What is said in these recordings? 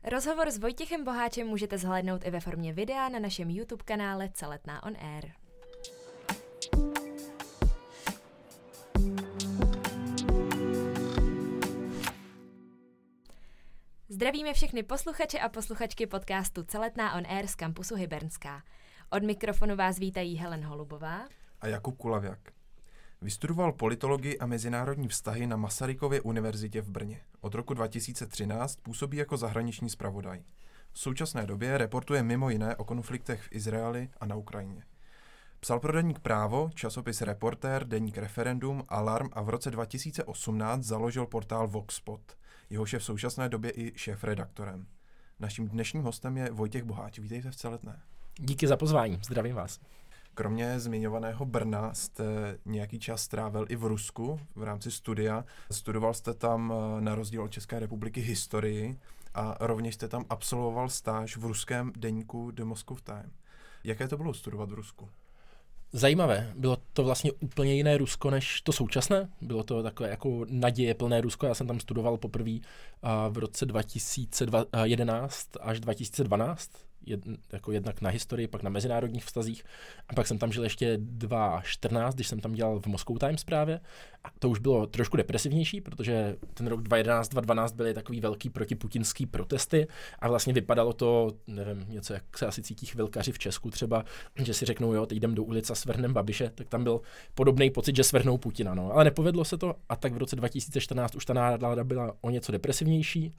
Rozhovor s Vojtěchem Boháčem můžete zhlédnout i ve formě videa na našem YouTube kanále Celetná on Air. Zdravíme všechny posluchače a posluchačky podcastu Celetná on Air z kampusu Hybernská. Od mikrofonu vás vítají Helen Holubová a Jakub Kulavěk. Vystudoval politologii a mezinárodní vztahy na Masarykově univerzitě v Brně. Od roku 2013 působí jako zahraniční zpravodaj. V současné době reportuje mimo jiné o konfliktech v Izraeli a na Ukrajině. Psal pro deník Právo, časopis Reportér, deník Referendum, Alarm a v roce 2018 založil portál Voxpot. Jehož je v současné době i šéfredaktorem. Naším dnešním hostem je Vojtěch Boháč. Vítejte v Celetné. Díky za pozvání, zdravím vás. Kromě zmiňovaného Brna jste nějaký čas strávil i v Rusku v rámci studia. Studoval jste tam na rozdíl od České republiky historii a rovněž jste tam absolvoval stáž v ruském deníku The Moscow Times. Jaké to bylo studovat v Rusku? Zajímavé. Bylo to vlastně úplně jiné Rusko než to současné. Bylo to takové jako naděje plné Rusko. Já jsem tam studoval poprvé v roce 2011 až 2012. Jako jednak na historii, pak na mezinárodních vztazích. A pak jsem tam žil ještě 2014, když jsem tam dělal v Moscow Times právě. A to už bylo trošku depresivnější, protože ten rok 2011, 2012 byly takový velký protiputinský protesty a vlastně vypadalo to, nevím, něco, jak se asi cítí chvilkaři v Česku třeba, že si řeknou, jo, teď jdem do ulic a svrhnem Babiše, tak tam byl podobný pocit, že svrhnou Putina. No. Ale nepovedlo se to a tak v roce 2014 už ta nálada byla o něco depresivnější.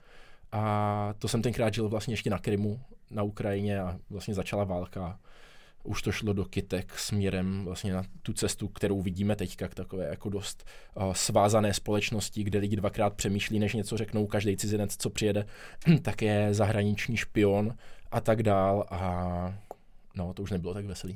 A to jsem tenkrát žil vlastně ještě na Krymu, na Ukrajině a vlastně začala válka. Už to šlo do kytek směrem vlastně na tu cestu, kterou vidíme teďka, k takové jako dost svázané společnosti, kde lidi dvakrát přemýšlí, než něco řeknou, každý cizinec, co přijede, tak je zahraniční špion a tak dál. A no, to už nebylo tak veselý.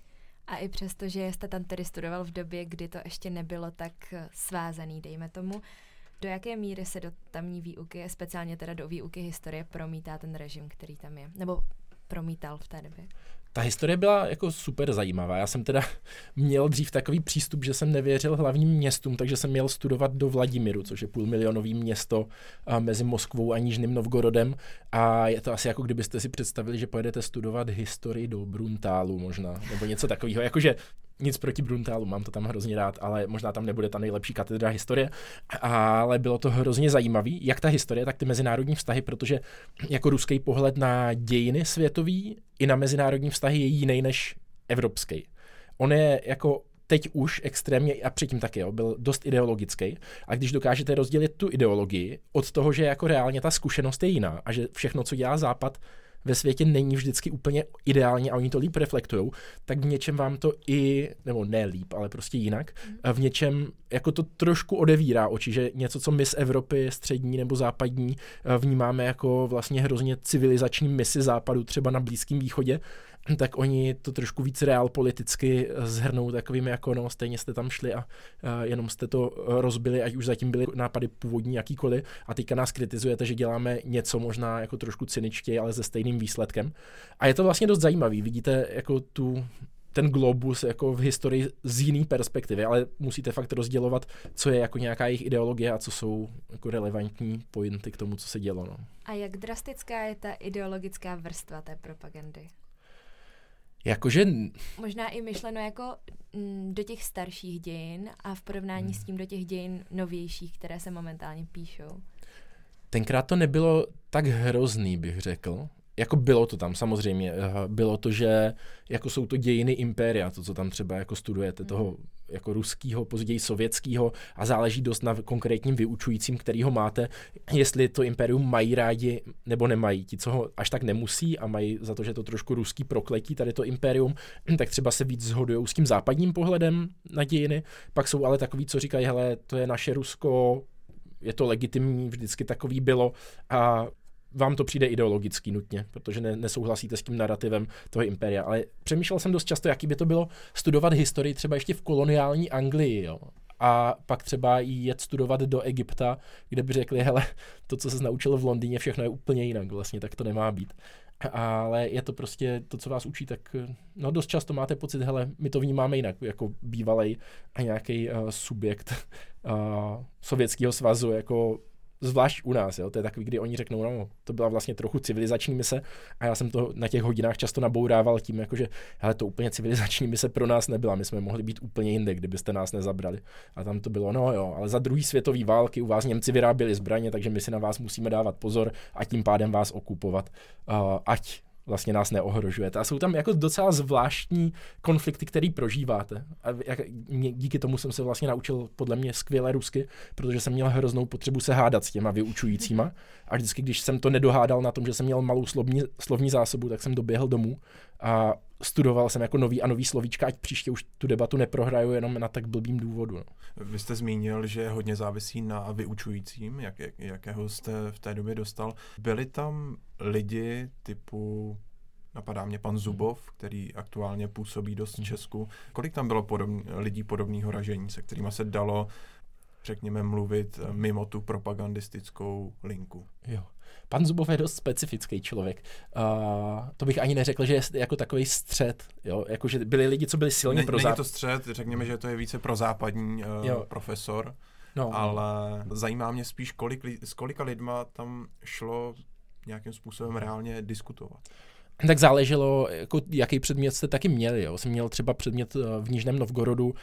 A i přesto, že jste tam tedy studoval v době, kdy to ještě nebylo tak svázaný, dejme tomu, do jaké míry se do tamní výuky, speciálně teda do výuky historie, promítá ten režim, který tam je? Nebo promítal v té době? Ta historie byla jako super zajímavá. Já jsem teda měl dřív takový přístup, že jsem nevěřil hlavním městům, takže jsem měl studovat do Vladimiru, což je půlmilionový město mezi Moskvou a Nižným Novgorodem. A je to asi jako kdybyste si představili, že pojedete studovat historii do Bruntálu možná, nebo něco takového. Jakože nic proti Bruntálu, mám to tam hrozně rád, ale možná tam nebude ta nejlepší katedra historie. Ale bylo to hrozně zajímavý, jak ta historie, tak ty mezinárodní vztahy, protože jako ruský pohled na dějiny světový i na mezinárodní vztahy je jiný než evropský. On je jako teď už extrémně, a předtím taky, jo, byl dost ideologický. A když dokážete rozdělit tu ideologii od toho, že jako reálně ta zkušenost je jiná a že všechno, co dělá Západ, ve světě není vždycky úplně ideálně a oni to líp reflektujou, tak v něčem vám to nebo ne líp, ale prostě jinak, v něčem jako to trošku odevírá oči, že něco, co my z Evropy střední nebo západní vnímáme jako vlastně hrozně civilizační misi západu, třeba na Blízkém východě, tak oni to trošku víc realpoliticky zhrnou takovým jako no, stejně jste tam šli a jenom jste to rozbili, ať už zatím byly nápady původní jakýkoliv a teďka nás kritizujete, že děláme něco možná jako trošku cyničtěji, ale se stejným výsledkem. A je to vlastně dost zajímavý, vidíte jako ten globus jako v historii z jiný perspektivy, ale musíte fakt rozdělovat, co je jako nějaká jejich ideologie a co jsou jako relevantní pointy k tomu, co se dělo. No. A jak drastická je ta ideologická vrstva té propagandy? Jakože možná i myšleno jako do těch starších dějin a v porovnání s tím do těch dějin novějších, které se momentálně píšou. Tenkrát to nebylo tak hrozný, bych řekl. Jako bylo to tam samozřejmě. Bylo to, že jako jsou to dějiny impéria, to, co tam třeba jako studujete, toho jako ruského, později sovětského a záleží dost na konkrétním vyučujícím, který ho máte, jestli to impérium mají rádi nebo nemají. Ti, co ho až tak nemusí a mají za to, že to trošku ruský prokletí, tady to impérium, tak třeba se víc shodujou s tím západním pohledem na dějiny. Pak jsou ale takový, co říkají, hele, to je naše Rusko, je to legitimní, vždycky takový bylo a vám to přijde ideologicky nutně, protože nesouhlasíte s tím narrativem toho impéria. Ale přemýšlel jsem dost často, jaký by to bylo studovat historii třeba ještě v koloniální Anglii, jo. A pak třeba jet studovat do Egypta, kde by řekli, hele, to, co se naučil v Londýně, všechno je úplně jinak vlastně, tak to nemá být. Ale je to prostě to, co vás učí, tak no dost často máte pocit, hele, my to vnímáme jinak, jako bývalej a nějaký subjekt Sovětského svazu, jako zvlášť u nás, jo, to je takový, kdy oni řeknou, no, to byla vlastně trochu civilizační mise a já jsem to na těch hodinách často nabourával tím, jakože, hele, to úplně civilizační mise pro nás nebyla, my jsme mohli být úplně jinde, kdybyste nás nezabrali. A tam to bylo, no jo, ale za druhé světové války u vás Němci vyráběli zbraně, takže my si na vás musíme dávat pozor a tím pádem vás okupovat, ať vlastně nás neohrožujete. A jsou tam jako docela zvláštní konflikty, který prožíváte. A díky tomu jsem se vlastně naučil podle mě skvěle rusky, protože jsem měl hroznou potřebu se hádat s těma vyučujícíma. A vždycky, když jsem to nedohádal na tom, že jsem měl malou slovní zásobu, tak jsem doběhl domů a studoval jsem jako nový slovíčka, ať příště už tu debatu neprohraju jenom na tak blbým důvodu. No. Vy jste zmínil, že hodně závisí na vyučujícím, jakého jste v té době dostal. Byli tam lidi typu, napadá mě pan Zubov, který aktuálně působí dost v Česku. Kolik tam bylo lidí podobného ražení, se kterými se dalo, řekněme, mluvit mimo tu propagandistickou linku? Jo. Pan Zubov je dost specifický člověk. To bych ani neřekl, že je jako takový střed. Jo? Jako, že byli lidi, co byli silně pro západ. Není to střed, řekněme, že to je více prozápadní profesor, ale zajímá mě spíš, s kolika lidma tam šlo nějakým způsobem reálně diskutovat. Tak záleželo, jako, jaký předmět jste taky měli. Jo? Jsem měl třeba předmět v Nižném Novgorodu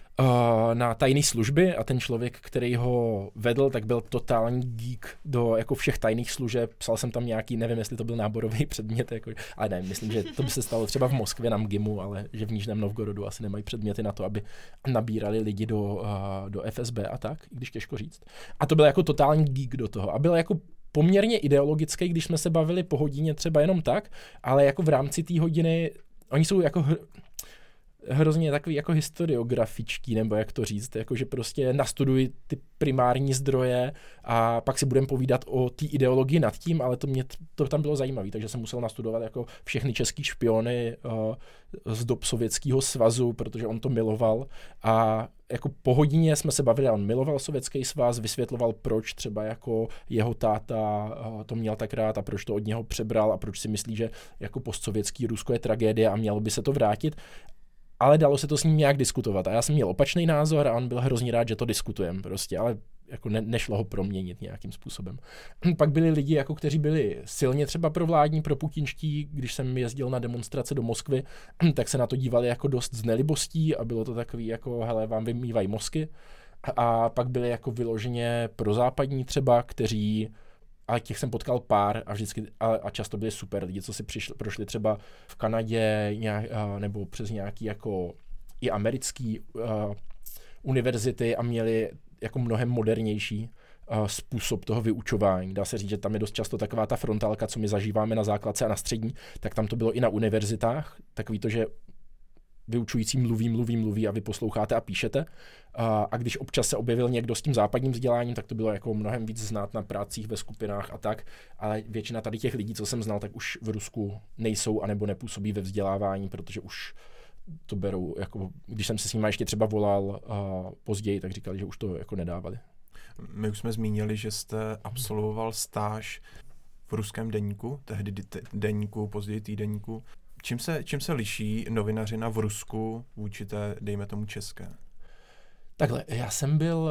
na tajné služby a ten člověk, který ho vedl, tak byl totální geek do jako všech tajných služeb. Psal jsem tam nějaký, nevím, jestli to byl náborový předmět, jako, ale ne, myslím, že to by se stalo třeba v Moskvě na MGIMu, ale že v Nižném Novgorodu asi nemají předměty na to, aby nabírali lidi do FSB a tak, i když těžko říct. A to byl jako totální geek do toho a byl jako poměrně ideologický, když jsme se bavili po hodině třeba jenom tak, ale jako v rámci té hodiny, oni jsou jako hrozně takový jako historiografičtí, nebo jak to říct, jako že prostě nastuduji ty primární zdroje a pak si budeme povídat o té ideologii nad tím, ale to tam bylo zajímavé, takže jsem musel nastudovat jako všechny český špiony z dob Sovětského svazu, protože on to miloval a jako po hodině jsme se bavili, on miloval Sovětský svaz, vysvětloval, proč třeba jako jeho táta to měl tak rád a proč to od něho přebral a proč si myslí, že jako postsovětský Rusko je tragédie a mělo by se to vrátit. Ale dalo se to s ním nějak diskutovat. A já jsem měl opačný názor a on byl hrozně rád, že to diskutujeme prostě, ale jako nešlo ho proměnit nějakým způsobem. Pak byli lidi, jako kteří byli silně třeba provládní, proputinští, když jsem jezdil na demonstrace do Moskvy, tak se na to dívali jako dost z nelibostí a bylo to takový jako, hele, vám vymývají mozky. A pak byli jako vyloženě prozápadní třeba, kteří, a těch jsem potkal pár a vždycky a často byli super lidi, co si prošli třeba v Kanadě nebo přes nějaký jako i americký univerzity a měli jako mnohem modernější způsob toho vyučování. Dá se říct, že tam je dost často taková ta frontálka, co my zažíváme na základce a na střední, tak tam to bylo i na univerzitách, takový to, že vyučující mluví a vy posloucháte a píšete. A když občas se objevil někdo s tím západním vzděláním, tak to bylo jako mnohem víc znát na prácích ve skupinách a tak, ale většina tady těch lidí, co jsem znal, tak už v Rusku nejsou anebo nepůsobí ve vzdělávání, protože už to berou, jako, když jsem se s nimi ještě třeba volal později, tak říkali, že už to jako nedávali. My už jsme zmínili, že jste absolvoval stáž v ruském deníku, tehdy deníku, později týdeníku. Čím se liší novinařina v Rusku vůči té, dejme tomu, české? Takhle, já jsem byl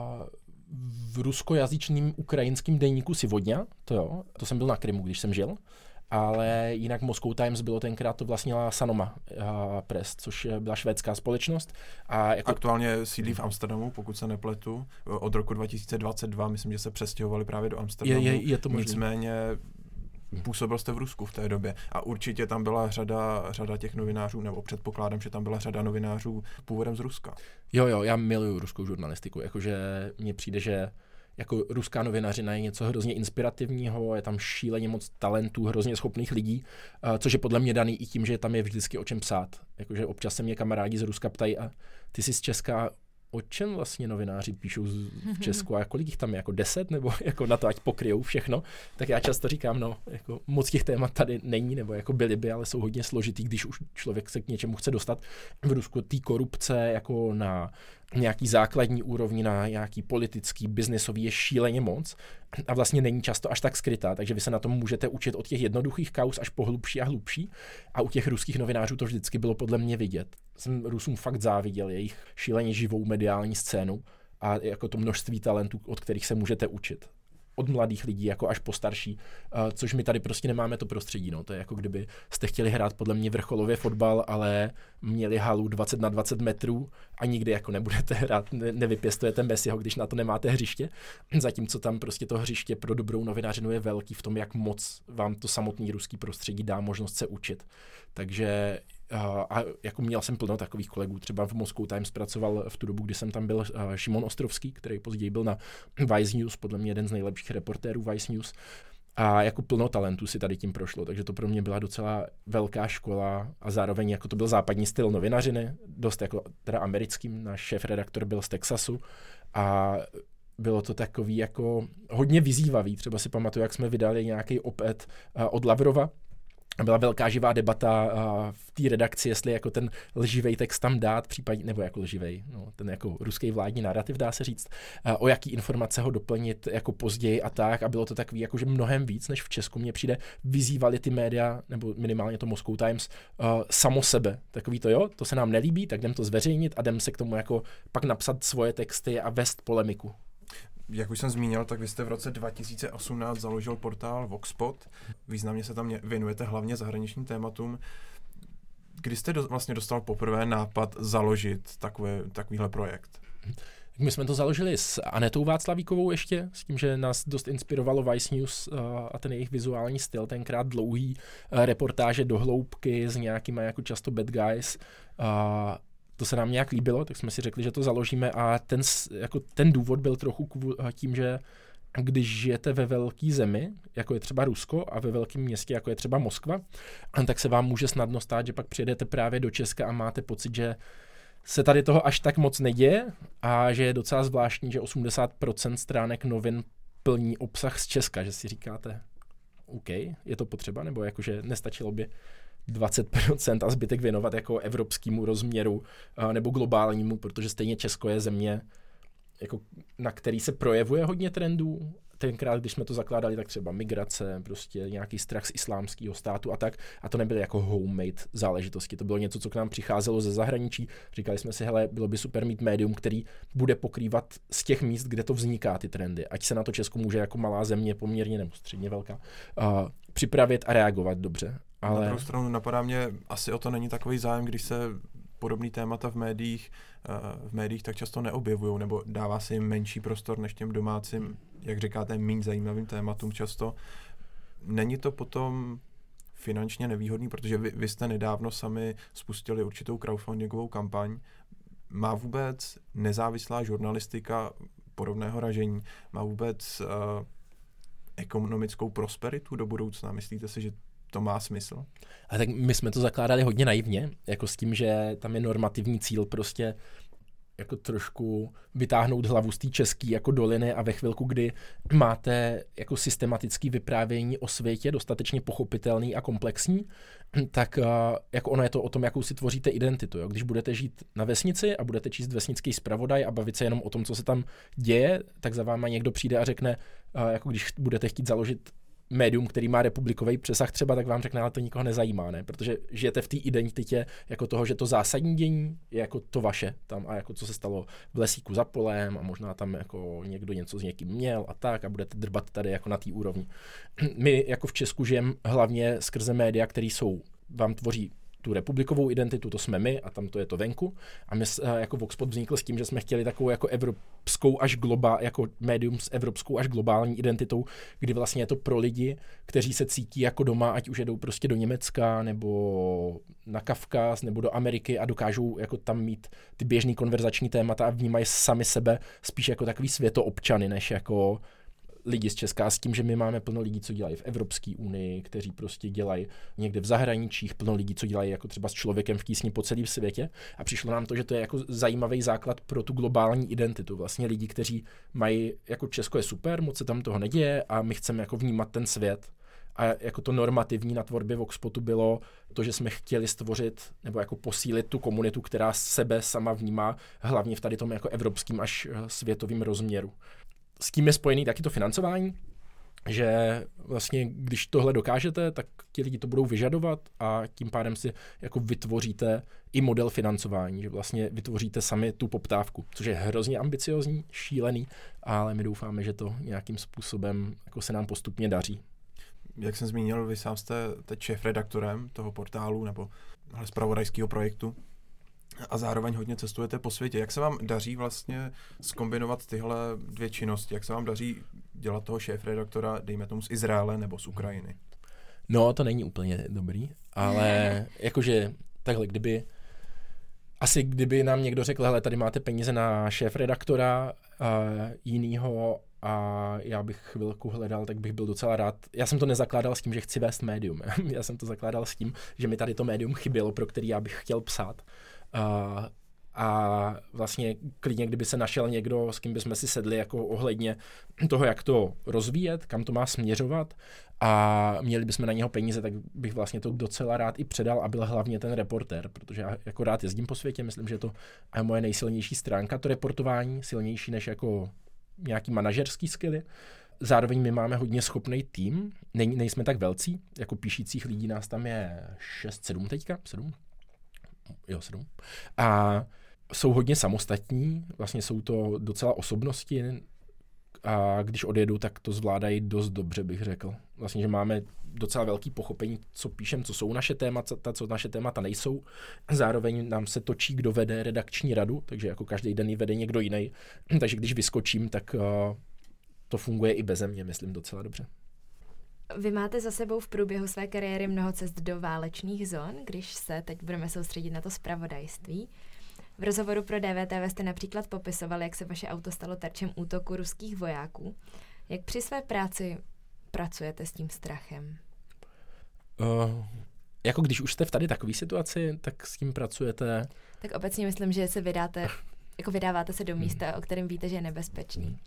v ruskojazyčným ukrajinským deníku Sivodňa, to jsem byl na Krymu, když jsem žil, ale jinak Moscow Times bylo tenkrát, to vlastnila Sanoma Press, což byla švédská společnost. A jako aktuálně sídlí v Amsterdamu, pokud se nepletu, od roku 2022, myslím, že se přestěhovali právě do Amsterdamu. Je to možný. Nicméně působil jste v Rusku v té době a určitě tam byla řada těch novinářů, nebo předpokládám, že tam byla řada novinářů původem z Ruska. Jo, já miluju ruskou žurnalistiku, jakože mně přijde, že jako ruská novinařina je něco hrozně inspirativního, je tam šíleně moc talentů, hrozně schopných lidí, což je podle mě daný i tím, že tam je vždycky o čem psát. Jakože občas se mě kamarádi z Ruska ptají, a ty jsi z Česka, o čem vlastně novináři píšou v Česku a kolik jich tam je, jako 10, nebo jako na to, ať pokryjou všechno, tak já často říkám, no, jako moc těch témat tady není, nebo jako byly by, ale jsou hodně složitý, když už člověk se k něčemu chce dostat. V Rusku té korupce jako na nějaký základní úrovni, na nějaký politický, biznesový je šíleně moc a vlastně není často až tak skrytá, takže vy se na tom můžete učit od těch jednoduchých kauz až po hlubší a hlubší a u těch ruských novinářů to vždycky bylo podle mě vidět. Jsem Rusům fakt záviděl jejich šíleně živou mediální scénu a jako to množství talentů, od kterých se můžete učit. od mladých lidí jako až po starší, což my tady prostě nemáme to prostředí. No. To je jako kdyby jste chtěli hrát podle mě vrcholově fotbal, ale měli halu 20 na 20 metrů a nikdy jako nebudete hrát, nevypěstujete Messiho, když na to nemáte hřiště. Zatímco tam prostě to hřiště pro dobrou novinařinu je velký v tom, jak moc vám to samotný ruský prostředí dá možnost se učit. Takže a jako měl jsem plno takových kolegů, třeba v Moscow Times pracoval v tu dobu, kdy jsem tam byl Šimon Ostrovský, který později byl na Vice News, podle mě jeden z nejlepších reportérů Vice News. A jako plno talentů si tady tím prošlo, takže to pro mě byla docela velká škola a zároveň jako to byl západní styl novinařiny, dost jako teda americkým, náš šéfredaktor byl z Texasu a bylo to takový jako hodně vyzývavý, třeba si pamatuju, jak jsme vydali nějaký op-ed od Lavrova, byla velká živá debata v té redakci, jestli jako ten lživej text tam dát, případně, nebo jako lživej, no, ten jako ruský vládní narrativ, dá se říct, o jaký informace ho doplnit jako později a tak. A bylo to takový jakože mnohem víc, než v Česku mně přijde, vyzývali ty média, nebo minimálně to Moscow Times, samo sebe. Takový to jo, to se nám nelíbí, tak jdem to zveřejnit a jdem se k tomu jako pak napsat svoje texty a vést polemiku. Jak už jsem zmínil, tak vy jste v roce 2018 založil portál Voxpot. Významně se tam věnujete hlavně zahraničním tématům. Kdy jste vlastně dostal poprvé nápad založit takovýhle projekt? My jsme to založili s Anetou Václavíkovou ještě, s tím, že nás dost inspirovalo Vice News a ten jejich vizuální styl, tenkrát dlouhý reportáže do hloubky s nějakýma jako často bad guys. To se nám nějak líbilo, tak jsme si řekli, že to založíme a ten důvod byl trochu tím, že když žijete ve velké zemi, jako je třeba Rusko, a ve velkém městě, jako je třeba Moskva, tak se vám může snadno stát, že pak přijedete právě do Česka a máte pocit, že se tady toho až tak moc neděje a že je docela zvláštní, že 80% stránek novin plní obsah z Česka, že si říkáte, OK, je to potřeba, nebo jakože nestačilo by 20% a zbytek věnovat jako evropskému rozměru nebo globálnímu, protože stejně Česko je země, jako, na který se projevuje hodně trendů. Tenkrát, když jsme to zakládali, tak třeba migrace, prostě nějaký strach z islámského státu a tak. A to nebyly jako homemade záležitosti. To bylo něco, co k nám přicházelo ze zahraničí. Říkali jsme si, hele, bylo by super mít médium, který bude pokrývat z těch míst, kde to vzniká, ty trendy. Ať se na to Česko může jako malá země, poměrně nebo středně velká, připravit a reagovat dobře. Ale... Na druhou stranu napadá mě, asi o to není takový zájem, když se podobný témata v médiích tak často neobjevují, nebo dává se jim menší prostor než těm domácím, jak říkáte, méně zajímavým tématům často. Není to potom finančně nevýhodný, protože vy jste nedávno sami spustili určitou crowdfundingovou kampaň. Má vůbec nezávislá žurnalistika podobného ražení, má vůbec ekonomickou prosperitu do budoucna? Myslíte si, že to má smysl? A tak my jsme to zakládali hodně naivně, jako s tím, že tam je normativní cíl prostě jako trošku vytáhnout hlavu z té české jako doliny a ve chvilku, kdy máte jako systematické vyprávění o světě, dostatečně pochopitelný a komplexní, tak jako ono je to o tom, jakou si tvoříte identitu. Jo? Když budete žít na vesnici a budete číst vesnický zpravodaj a bavit se jenom o tom, co se tam děje, tak za váma někdo přijde a řekne, jako když budete chtít založit médium, který má republikový přesah třeba, tak vám řekne, ale to nikoho nezajímá, ne? Protože žijete v té identitě jako toho, že to zásadní dění je jako to vaše tam a jako co se stalo v lesíku za polem a možná tam jako někdo něco s někým měl a tak a budete drbat tady jako na té úrovni. My jako v Česku žijeme hlavně skrze média, které vám tvoří tu republikovou identitu, to jsme my a tam to je to venku. A my jako Voxpot vznikl s tím, že jsme chtěli takovou jako evropskou až jako médium s evropskou až globální identitou, kdy vlastně je to pro lidi, kteří se cítí jako doma, ať už jedou prostě do Německa nebo na Kavkaz nebo do Ameriky a dokážou jako tam mít ty běžný konverzační témata a vnímají sami sebe spíš jako takový světoobčany, než jako lidi z Česka, s tím, že my máme plno lidí, co dělají v Evropské unii, kteří prostě dělají někde v zahraničích, plno lidí, co dělají jako třeba s Člověkem v tísni po celém světě. A přišlo nám to, že to je jako zajímavý základ pro tu globální identitu. Vlastně lidi, kteří mají, jako Česko je super, moc se tam toho neděje a my chceme jako vnímat ten svět. A jako to normativní na tvorbě Voxpotu bylo to, že jsme chtěli stvořit nebo jako posílit tu komunitu, která sebe sama vnímá hlavně v tady tom jako evropským až světovým rozměru. S tím je spojený taky to financování. že vlastně, když tohle dokážete, tak ti lidi to budou vyžadovat a tím pádem si jako vytvoříte i model financování, že vlastně vytvoříte sami tu poptávku, což je hrozně ambiciozní, šílený, ale my doufáme, že to nějakým způsobem jako se nám postupně daří. Jak jsem zmínil, vy sám jste teď šéfredaktorem toho portálu nebo zpravodajského projektu a zároveň hodně cestujete po světě. Jak se vám daří vlastně zkombinovat tyhle dvě činnosti? Jak se vám daří dělat toho šéfredaktora, dejme tomu z Izraele nebo z Ukrajiny? No, to není úplně dobrý, ale jakože takhle, kdyby nám někdo řekl, hele, tady máte peníze na šéfredaktora jinýho a já bych chvilku hledal, tak bych byl docela rád. Já jsem to nezakládal s tím, že chci vést médium. Já jsem to zakládal s tím, že mi tady to médium chybělo, pro který já bych chtěl psát. A vlastně klidně, kdyby se našel někdo, s kým bychom si sedli jako ohledně toho, jak to rozvíjet, kam to má směřovat a měli bychom na něho peníze, tak bych vlastně to docela rád i předal a byl hlavně ten reportér, protože já jako rád jezdím po světě, myslím, že je to moje nejsilnější stránka, to reportování, silnější než jako nějaký manažerský skilly. Zároveň my máme hodně schopný tým, nejsme tak velcí, jako píšících lidí nás tam je 6-7 teďka, 7. A jsou hodně samostatní, vlastně jsou to docela osobnosti a když odjedu, tak to zvládají dost dobře, bych řekl. Vlastně, že máme docela velký pochopení, co píšem, co jsou naše témata, co naše témata nejsou. Zároveň nám se točí, kdo vede redakční radu, takže jako každý den ji vede někdo jiný. Takže když vyskočím, tak to funguje i beze mě, myslím, docela dobře. Vy máte za sebou v průběhu své kariéry mnoho cest do válečných zón, když se teď budeme soustředit na to zpravodajství. V rozhovoru pro DVTV jste například popisoval, jak se vaše auto stalo terčem útoku ruských vojáků. Jak při své práci pracujete s tím strachem? Jako když už jste v tady takové situaci, tak s tím pracujete? Tak obecně myslím, že se vydáváte se do místa, o kterém víte, že je nebezpečný.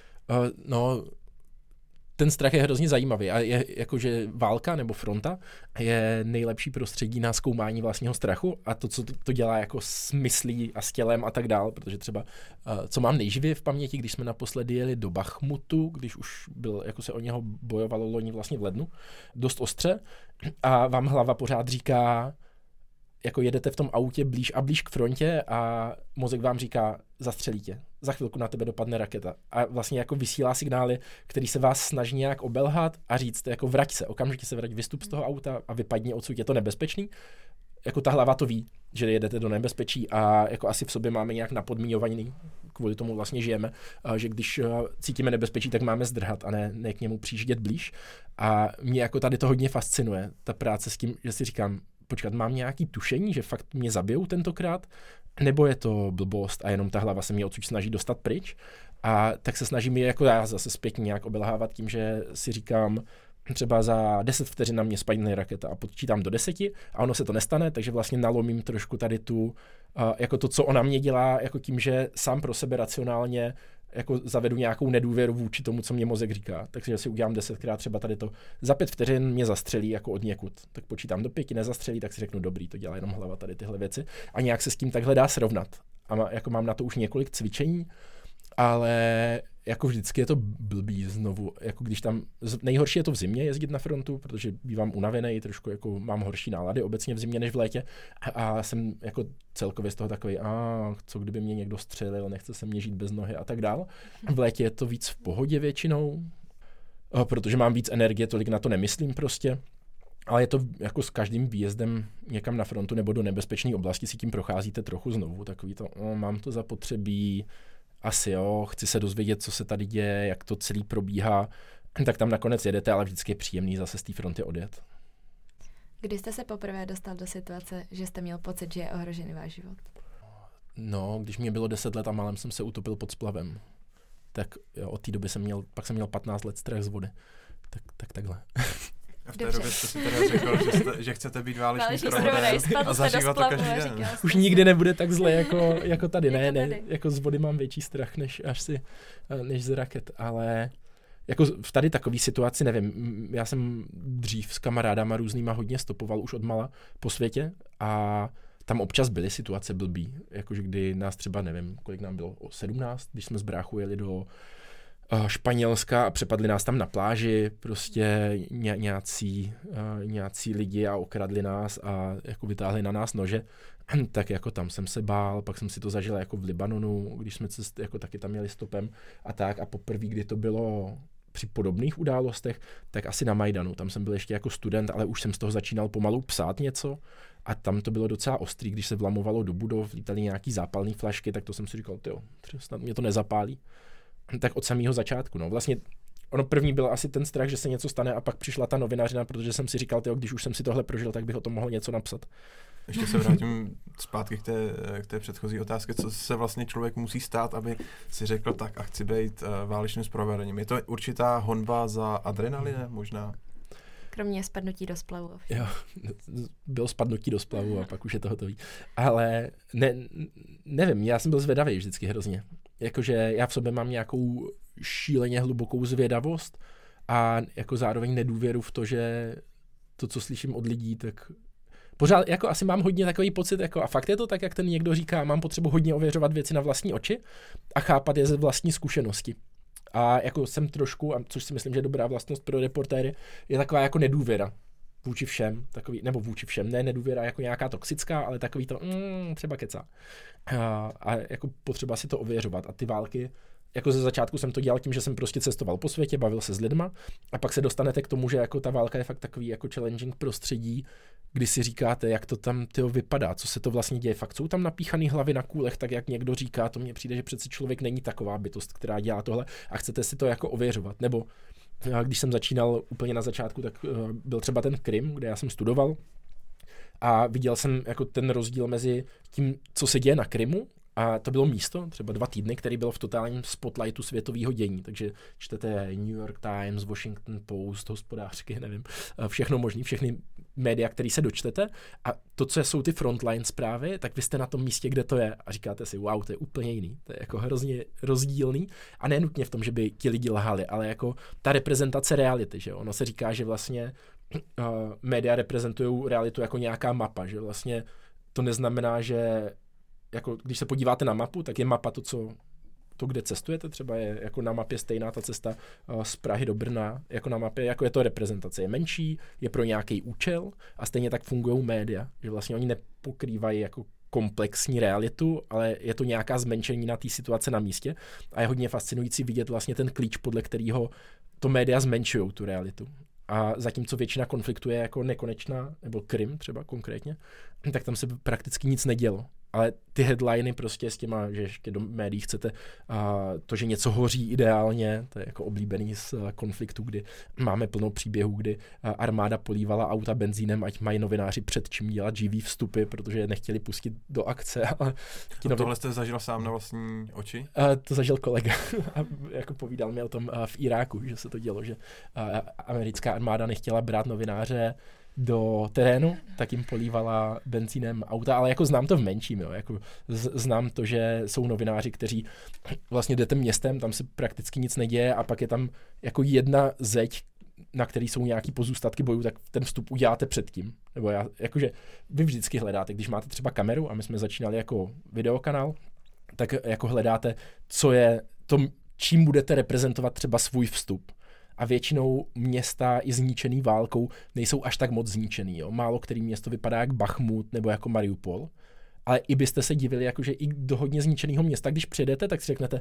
Ten strach je hrozně zajímavý a je jakože válka nebo fronta je nejlepší prostředí na zkoumání vlastního strachu a to, co to dělá jako s myslí a s tělem a tak dál, protože třeba, co mám nejživěji v paměti, když jsme naposledy jeli do Bachmutu, když už byl, jako se o něho bojovalo loni vlastně v lednu, dost ostře a vám hlava pořád říká, jako jedete v tom autě blíž a blíž k frontě a mozek vám říká, zastřelí tě, za chvilku na tebe dopadne raketa. A vlastně jako vysílá signály, který se vás snaží nějak obelhat a říct, jako vrať se, okamžitě se vrať, vystup z toho auta a vypadni odsud, je to nebezpečný. Jako ta hlava to ví, že jedete do nebezpečí a jako asi v sobě máme nějak napodmíňovaný, kvůli tomu vlastně žijeme, že když cítíme nebezpečí, tak máme zdrhat a ne k němu přijíždět blíž. A mě jako tady to hodně fascinuje, ta práce s tím, že si říkám, počkat, mám nějaký tušení, že fakt mě zabijou tentokrát, nebo je to blbost a jenom ta hlava se mě odsud snaží dostat pryč. A tak se snažím je jako já zase zpětně nějak obelhávat tím, že si říkám, třeba za 10 vteřin na mě spadne raketa a počítám do 10 a ono se to nestane, takže vlastně nalomím trošku tady tu, jako to, co ona mě dělá, jako tím, že sám pro sebe racionálně jako zavedu nějakou nedůvěru vůči tomu, co mě mozek říká. Takže si udělám 10krát třeba tady to. Za 5 vteřin mě zastřelí jako od někud. Tak počítám do 5, nezastřelí, tak si řeknu dobrý, to dělá jenom hlava tady tyhle věci. A nějak se s tím takhle dá srovnat. A jako mám na to už několik cvičení, ale jako vždycky je to blbý znovu. Jako když tam, nejhorší je to v zimě jezdit na frontu, protože bývám unavený, trošku jako mám horší nálady obecně v zimě než v létě a jsem jako celkově z toho takový, co kdyby mě někdo střelil, nechce se mě žít bez nohy a tak dál. V létě je to víc v pohodě většinou, protože mám víc energie, tolik na to nemyslím prostě. Ale je to jako s každým výjezdem někam na frontu nebo do nebezpečné oblasti si tím procházíte trochu znovu, takový to, mám to zapotřebí, asi jo, chci se dozvědět, co se tady děje, jak to celý probíhá, tak tam nakonec jedete, ale vždycky je příjemný zase z té fronty odjet. Kdy jste se poprvé dostal do situace, že jste měl pocit, že je ohrožený váš život? No, když mě bylo 10 let a málem jsem se utopil pod splavem, tak jo, od té doby pak jsem měl 15 let strach z vody. Tak takhle. A v té době jste si teda řekl, že chcete být válečný zpravodaj a zažívat to každý den. Už nikdy nebude tak zle jako tady. Ne, jako z vody mám větší strach než z raket, ale jako v tady takové situaci, nevím, já jsem dřív s kamarádama různýma hodně stopoval už odmala po světě a tam občas byly situace blbý, jakože kdy nás třeba, nevím, kolik nám bylo, 17, když jsme z bráchu jeli Španělska a přepadli nás tam na pláži, prostě nějací lidi a okradli nás a jako vytáhli na nás nože. Tak jako tam jsem se bál, pak jsem si to zažil jako v Libanonu, když jsme jako taky tam jeli stopem a tak a poprvé, kdy to bylo při podobných událostech, tak asi na Majdanu. Tam jsem byl ještě jako student, ale už jsem z toho začínal pomalu psát něco a tam to bylo docela ostrý, když se vlamovalo do budov, lítaly nějaký zápalné flašky, tak to jsem si říkal, tyjo, snad mě to nezapálí. Tak od samého začátku, no. Vlastně ono první byl asi ten strach, že se něco stane a pak přišla ta novinařina, protože jsem si říkal, tyjo, když už jsem si tohle prožil, tak bych o tom mohl něco napsat. Ještě se vrátím zpátky k té předchozí otázce, co se vlastně člověk musí stát, aby si řekl, tak a chci být válečným zpravodajím. Je to určitá honba za adrenalinem možná? Kromě spadnutí do splavu. Jo, bylo spadnutí do splavu a pak už je to hotový. Ale nevím, já jsem byl zvědavý vždycky hrozně. Jakože já v sobě mám nějakou šíleně hlubokou zvědavost a jako zároveň nedůvěru v to, že to, co slyším od lidí, tak pořád jako asi mám hodně takový pocit, jako a fakt je to tak, jak ten někdo říká, mám potřebu hodně ověřovat věci na vlastní oči a chápat je ze vlastní zkušenosti. A jako jsem trošku, a což si myslím, že je dobrá vlastnost pro reportéry, je taková jako nedůvěra vůči všem, takový, nebo vůči všem, ne nedůvěra jako nějaká toxická, ale takový to, třeba kecá. A jako potřeba si to ověřovat. A ty války, jako ze začátku jsem to dělal tím, že jsem prostě cestoval po světě, bavil se s lidma a pak se dostanete k tomu, že jako ta válka je fakt takový jako challenging prostředí, kdy si říkáte, jak to tam vypadá, co se to vlastně děje. Fakt jsou tam napíchaný hlavy na kůlech, tak jak někdo říká, to mně přijde, že přeci člověk není taková bytost, která dělá tohle a chcete si to jako ověřovat. Nebo když jsem začínal úplně na začátku, tak byl třeba ten Krym, kde já jsem studoval a viděl jsem jako ten rozdíl mezi tím, co se děje na Krymu, a to bylo místo, třeba 2 týdny, který byl v totálním spotlightu světového dění. Takže čtete New York Times, Washington Post, Hospodářky, nevím, všechno možný, všechny média, které se dočtete. A to, co jsou ty frontline zprávy, tak vy jste na tom místě, kde to je a říkáte si, wow, to je úplně jiný. To je jako hrozně rozdílný. A ne nutně v tom, že by ti lidi lhali, ale jako ta reprezentace reality, že ono se říká, že vlastně média reprezentují realitu jako nějaká mapa, že vlastně to neznamená, že jako když se podíváte na mapu, tak je mapa to, kde cestujete, třeba je jako na mapě stejná ta cesta z Prahy do Brna, jako na mapě, jako je to reprezentace. Je menší, je pro nějaký účel a stejně tak fungují média, že vlastně oni nepokrývají jako komplexní realitu, ale je to nějaká zmenšení na té situace na místě a je hodně fascinující vidět vlastně ten klíč, podle kterého to média zmenšují tu realitu. A zatímco většina konfliktů je jako nekonečná, nebo Krym třeba konkrétně, tak tam se prakticky nic nedělo. Ale ty headliny prostě s těma, že ještě do médií chcete to, že něco hoří ideálně, to je jako oblíbený z konfliktu, kdy máme plno příběhů, kdy armáda polívala auta benzínem, ať mají novináři před čím dělat živý vstupy, protože je nechtěli pustit do akce. Ale tohle jste zažil sám na vlastní oči? To zažil kolega a jako povídal mi o tom v Iráku, že se to dělo, že americká armáda nechtěla brát novináře do terénu, tak jim polívala benzínem auta, ale jako znám to v menším, jo. Jako znám to, že jsou novináři, kteří vlastně jdete městem, tam se prakticky nic neděje a pak je tam jako jedna zeď, na který jsou nějaký pozůstatky bojů, tak ten vstup uděláte předtím. Nebo jakože vy vždycky hledáte, když máte třeba kameru a my jsme začínali jako videokanál, tak jako hledáte, co je to, čím budete reprezentovat třeba svůj vstup. A většinou města i zničený válkou nejsou až tak moc zničený. Jo. Málo který město vypadá jak Bachmut nebo jako Mariupol, ale i byste se divili, jakože i do hodně zničeného města, když přijedete, tak si řeknete,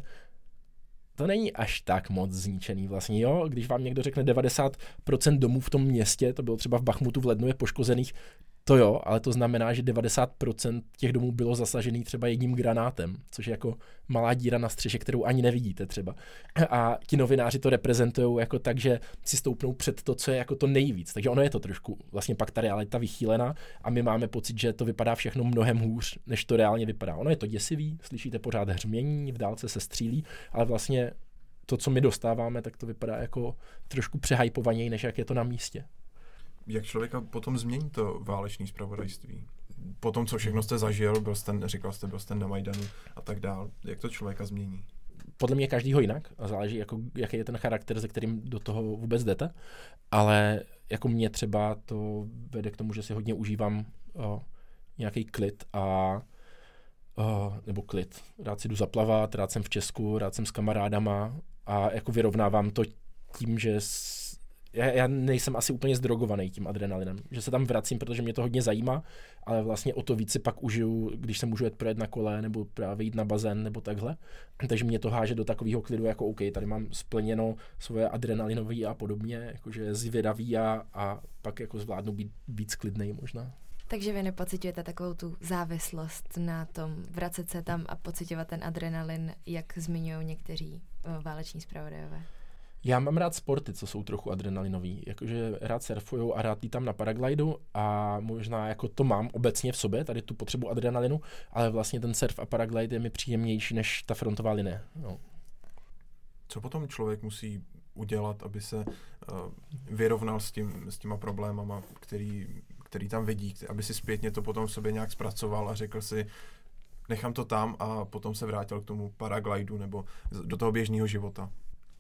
to není až tak moc zničený vlastně, jo. Když vám někdo řekne 90% domů v tom městě, to bylo třeba v Bachmutu v lednu, je poškozených, to jo, ale to znamená, že 90% těch domů bylo zasažený třeba jedním granátem, což je jako malá díra na střeše, kterou ani nevidíte třeba. A ti novináři to reprezentujou jako tak, že si stoupnou před to, co je jako to nejvíc. Takže ono je to trošku vlastně pak ta realita vychýlená a my máme pocit, že to vypadá všechno mnohem hůř, než to reálně vypadá. Ono je to děsivý, slyšíte pořád hřmění, v dálce se střílí, ale vlastně to, co my dostáváme, tak to vypadá jako trošku přehypovaněji, než jak je to na místě. Jak člověka potom změní to válečné zpravodajství? Po tom, co všechno jste zažil, byl jste na Majdanu a tak dál. Jak to člověka změní? Podle mě každýho jinak a záleží, jako, jaký je ten charakter, se kterým do toho vůbec jdete. Ale jako mě třeba to vede k tomu, že si hodně užívám nějaký klid a nebo klid. Rád si jdu zaplavat, rád jsem v Česku, rád jsem s kamarádama a jako vyrovnávám to tím, že já nejsem asi úplně zdrogovaný tím adrenalinem, že se tam vracím, protože mě to hodně zajímá, ale vlastně o to víc si pak užiju, když se můžu jet projet na kole nebo právě jít na bazén nebo takhle. Takže mě to háže do takového klidu, jako OK, tady mám splněno svoje adrenalinové a podobně, jakože zvědavý a pak jako zvládnu být víc klidnej možná. Takže vy nepociťujete takovou tu závislost na tom vracet se tam a pociťovat ten adrenalin, jak zmiňují někteří váleční zpravodajové? Já mám rád sporty, co jsou trochu adrenalinový, jakože rád surfuju a rád lítám na paraglidu a možná jako to mám obecně v sobě, tady tu potřebu adrenalinu, ale vlastně ten surf a paraglide je mi příjemnější než ta frontová linie. No. Co potom člověk musí udělat, aby se vyrovnal s těma problémama, který tam vidí, aby si zpětně to potom v sobě nějak zpracoval a řekl si, nechám to tam a potom se vrátil k tomu paraglidu nebo do toho běžného života?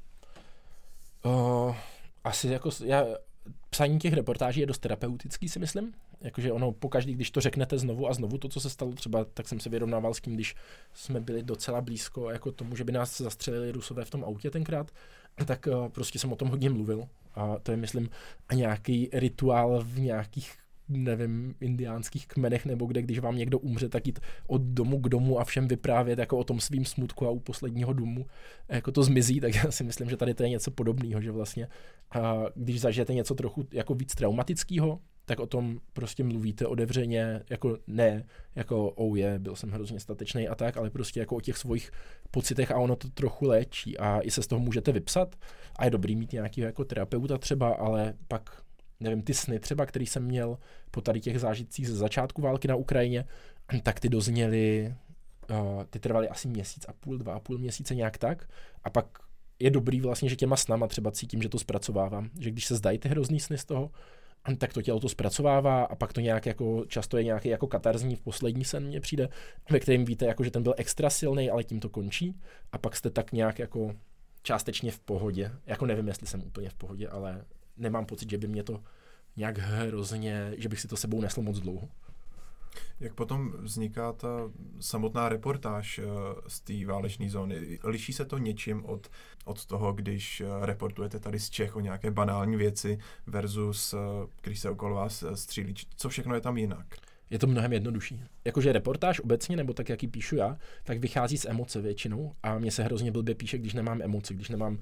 Asi jako psaní těch reportáží je dost terapeutický, si myslím. Jakože ono pokaždý, když to řeknete znovu a znovu, to, co se stalo třeba, tak jsem se vyrovnával s tím, když jsme byli docela blízko jako tomu, že by nás zastřelili Rusové v tom autě tenkrát, tak prostě jsem o tom hodně mluvil. A to je, myslím, nějaký rituál v nějakých, nevím, indiánských kmenech nebo kde, když vám někdo umře, tak jít od domu k domu a všem vyprávět jako o tom svým smutku a u posledního domu jako to zmizí, tak já si myslím, že tady to je něco podobného, že vlastně když zažijete něco trochu jako víc traumatického, tak o tom prostě mluvíte otevřeně, jako ne, jako byl jsem hrozně statečný a tak, ale prostě jako o těch svých pocitech a ono to trochu léčí a i se z toho můžete vypsat a je dobrý mít nějaký jako terapeuta třeba, ale pak nevím, ty sny třeba, který jsem měl po tady těch zážitcích ze začátku války na Ukrajině, tak ty dozněly, ty trvaly asi měsíc a půl, 2,5 měsíce nějak tak a pak je dobrý vlastně, že těma snama třeba cítím, že to zpracovávám, že když se zdají ty hrozný sny z toho, tak to tělo to zpracovává a pak to nějak jako, často je nějaký jako katarzní v poslední sen mně přijde, ve kterém víte, jako, že ten byl extra silný, ale tím to končí a pak jste tak nějak jako částečně v pohodě. Jako nevím, jestli jsem úplně v pohodě, ale nemám pocit, že by mě to nějak hrozně, že bych si to sebou nesl moc dlouho. Jak potom vzniká ta samotná reportáž z té válečné zóny? Liší se to něčím od toho, když reportujete tady z Čech o nějaké banální věci versus když se okolo vás střílí? Co všechno je tam jinak? Je to mnohem jednodušší. Jakože reportáž obecně, nebo tak, jak ji píšu já, tak vychází z emoce většinou a mně se hrozně blbě píše, když nemám emoci, když nemám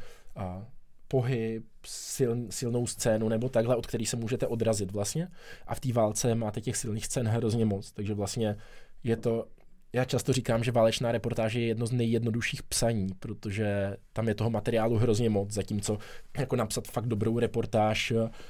pohyb, silnou scénu nebo takhle, od který se můžete odrazit vlastně. A v té válce máte těch silných scén hrozně moc, takže vlastně je to, já často říkám, že válečná reportáž je jedno z nejjednodušších psaní, protože tam je toho materiálu hrozně moc, zatímco jako napsat fakt dobrou reportáž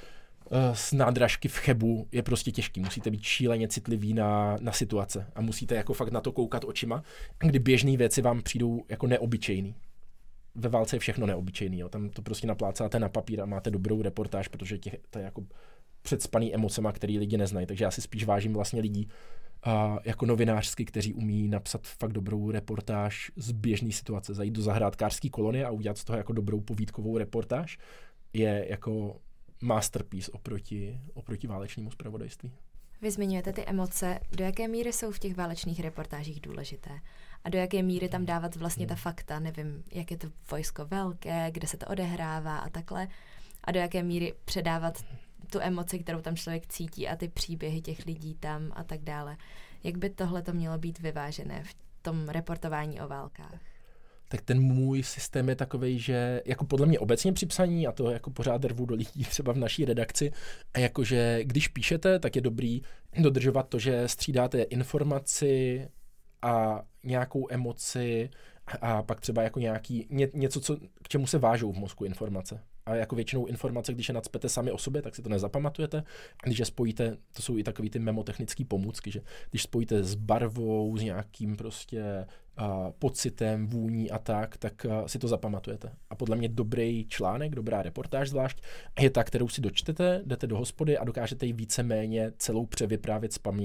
z nádražky v Chebu je prostě těžký. Musíte být šíleně citlivý na situace a musíte jako fakt na to koukat očima, kdy běžné věci vám přijdou jako neobyčejný. Ve válce je všechno neobyčejný, jo. Tam to prostě naplácáte na papír a máte dobrou reportáž, protože to je jako předspaný emocema, který lidi neznají. Takže já si spíš vážím vlastně lidí jako novinářsky, kteří umí napsat fakt dobrou reportáž z běžné situace, zajít do zahrádkářské kolonie a udělat z toho jako dobrou povídkovou reportáž je jako masterpiece oproti válečnému zpravodajství. Vy zmiňujete ty emoce, do jaké míry jsou v těch válečných reportážích důležité a do jaké míry tam dávat vlastně ta fakta, nevím, jak je to vojsko velké, kde se to odehrává a takhle, a do jaké míry předávat tu emoci, kterou tam člověk cítí a ty příběhy těch lidí tam a tak dále. Jak by tohle to mělo být vyvážené v tom reportování o válkách? Tak ten můj systém je takovej, že jako podle mě obecně při psaní, a to jako pořád rvu do lidí třeba v naší redakci, a jakože když píšete, tak je dobrý dodržovat to, že střídáte informaci a nějakou emoci a pak třeba jako něco, k čemu se vážou v mozku informace. A jako většinou informace, když je nacpete sami o sobě, tak si to nezapamatujete. Když je spojíte, to jsou i takový ty memotechnické pomůcky, že když spojíte s barvou, s nějakým prostě pocitem, vůní a tak si to zapamatujete. A podle mě dobrý článek, dobrá reportáž zvlášť, je ta, kterou si dočtete, jdete do hospody a dokážete ji víceméně celou převyprávět z paměti.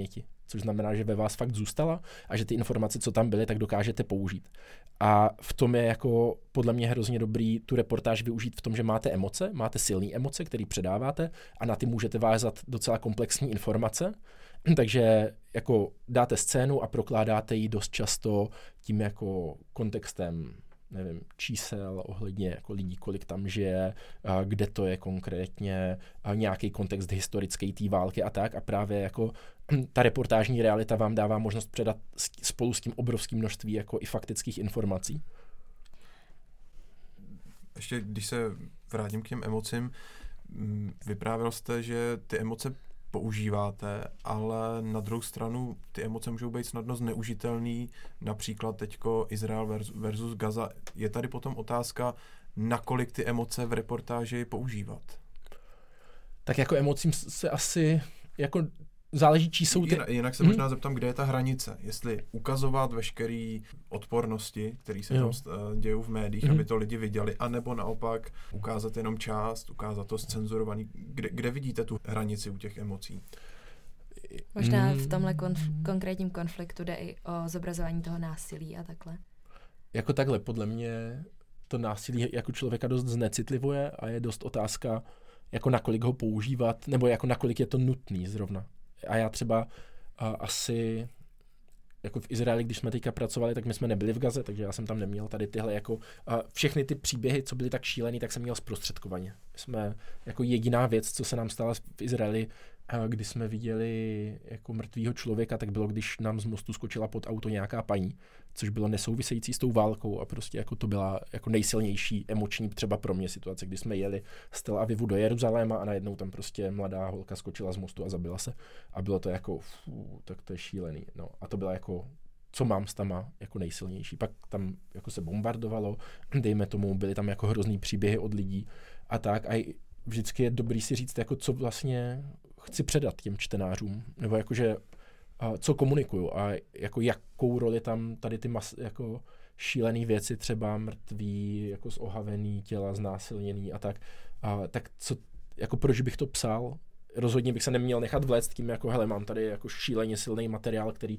což znamená, že ve vás fakt zůstala a že ty informace, co tam byly, tak dokážete použít. A v tom je jako podle mě hrozně dobrý tu reportáž využít v tom, že máte emoce, máte silné emoce, které předáváte a na ty můžete vázat docela komplexní informace. Takže jako dáte scénu a prokládáte ji dost často tím jako kontextem, nevím, čísel ohledně jako lidí, kolik tam žije, kde to je konkrétně, nějaký kontext historický té války a tak. A právě jako ta reportážní realita vám dává možnost předat spolu s tím obrovským množství jako i faktických informací. Ještě když se vrátím k těm emocím, vyprávěl jste, že ty emoce používáte, ale na druhou stranu ty emoce můžou být snadno zneužitelný, například teďko Izrael versus Gaza. Je tady potom otázka, nakolik ty emoce v reportáži používat? Tak jako emocím se asi jako záleží, čí jsou ty... Jinak se možná zeptám, kde je ta hranice. Jestli ukazovat veškerý odpornosti, které se tam dějou v médiích, aby to lidi viděli, anebo naopak ukázat jenom část, ukázat to zcenzurovaný. Kde vidíte tu hranici u těch emocí? Možná v tomhle konkrétním konfliktu jde i o zobrazování toho násilí a takhle. Jako takhle, podle mě to násilí jako člověka dost znecitlivuje a je dost otázka, jako nakolik ho používat, nebo jako nakolik je to nutný zrovna. A já třeba asi jako v Izraeli, když jsme teďka pracovali, tak my jsme nebyli v Gaze, takže já jsem tam neměl tady tyhle jako všechny ty příběhy, co byly tak šílený, tak jsem měl zprostředkovaně. My jsme jako jediná věc, co se nám stala v Izraeli, kdy jsme viděli jako mrtvýho člověka, tak bylo, když nám z mostu skočila pod auto nějaká paní, což bylo nesouvisející s tou válkou a prostě jako to byla jako nejsilnější emoční třeba pro mě situace, kdy jsme jeli z Tel Avivu do Jeruzaléma a najednou tam prostě mladá holka skočila z mostu a zabila se a bylo to jako tak to je šílený. No a to byla jako co mám s tama jako nejsilnější. Pak tam jako se bombardovalo, dejme tomu, byly tam jako hrozný příběhy od lidí a tak a vždycky je dobrý si říct, jako co vlastně chci předat těm čtenářům, nebo jakože co komunikuju a jako jakou roli tam tady ty jako šílený věci, třeba mrtví, jako zohavený těla, znásilněný a tak co, jako proč bych to psal? Rozhodně bych se neměl nechat vléct tím, jako hele, mám tady jako šíleně silný materiál, který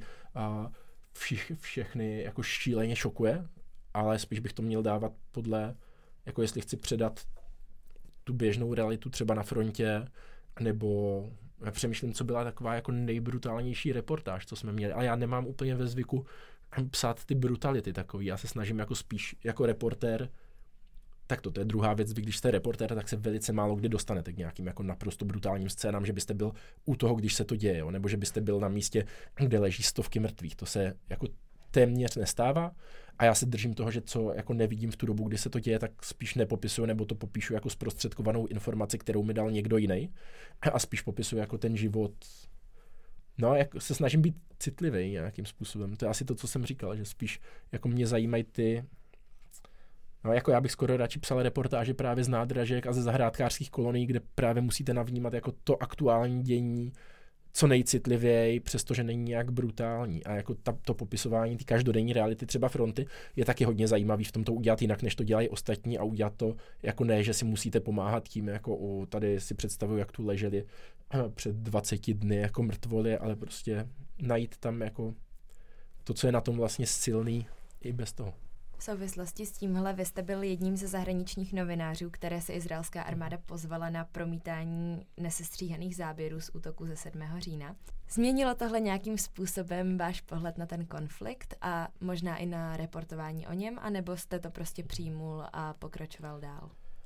všechny jako šíleně šokuje, ale spíš bych to měl dávat podle, jako jestli chci předat tu běžnou realitu třeba na frontě, nebo já přemýšlím, co byla taková jako nejbrutálnější reportáž, co jsme měli. A já nemám úplně ve zvyku psát ty brutality takový. Já se snažím jako spíš jako reportér, tak to je druhá věc, vy když jste reportér, tak se velice málo kdy dostanete k nějakým jako naprosto brutálním scénám, že byste byl u toho, když se to děje, jo? Nebo že byste byl na místě, kde leží stovky mrtvých. To se jako téměř nestává a já se držím toho, že co jako nevidím v tu dobu, kdy se to děje, tak spíš nepopisuju nebo to popíšu jako zprostředkovanou informaci, kterou mi dal někdo jiný a spíš popisuju jako ten život. No, jako se snažím být citlivý nějakým způsobem. To je asi to, co jsem říkal, že spíš jako mě zajímají ty. No, jako já bych skoro radši psal reportáže právě z nádražek a ze zahrádkářských kolonií, kde právě musíte navnímat jako to aktuální dění co nejcitlivěji, přestože není nějak brutální. A jako to popisování té každodenní reality třeba fronty je taky hodně zajímavý v tom to udělat jinak, než to dělají ostatní a udělat to jako ne, že si musíte pomáhat tím, jako tady si představuju, jak tu leželi před 20 dny jako mrtvoly, ale prostě najít tam jako to, co je na tom vlastně silný i bez toho. V souvislosti s tímhle vy jste byl jedním ze zahraničních novinářů, které se izraelská armáda pozvala na promítání nesestříhaných záběrů z útoku ze 7. října. Změnilo tohle nějakým způsobem váš pohled na ten konflikt a možná i na reportování o něm, anebo jste to prostě přijmul a pokračoval dál?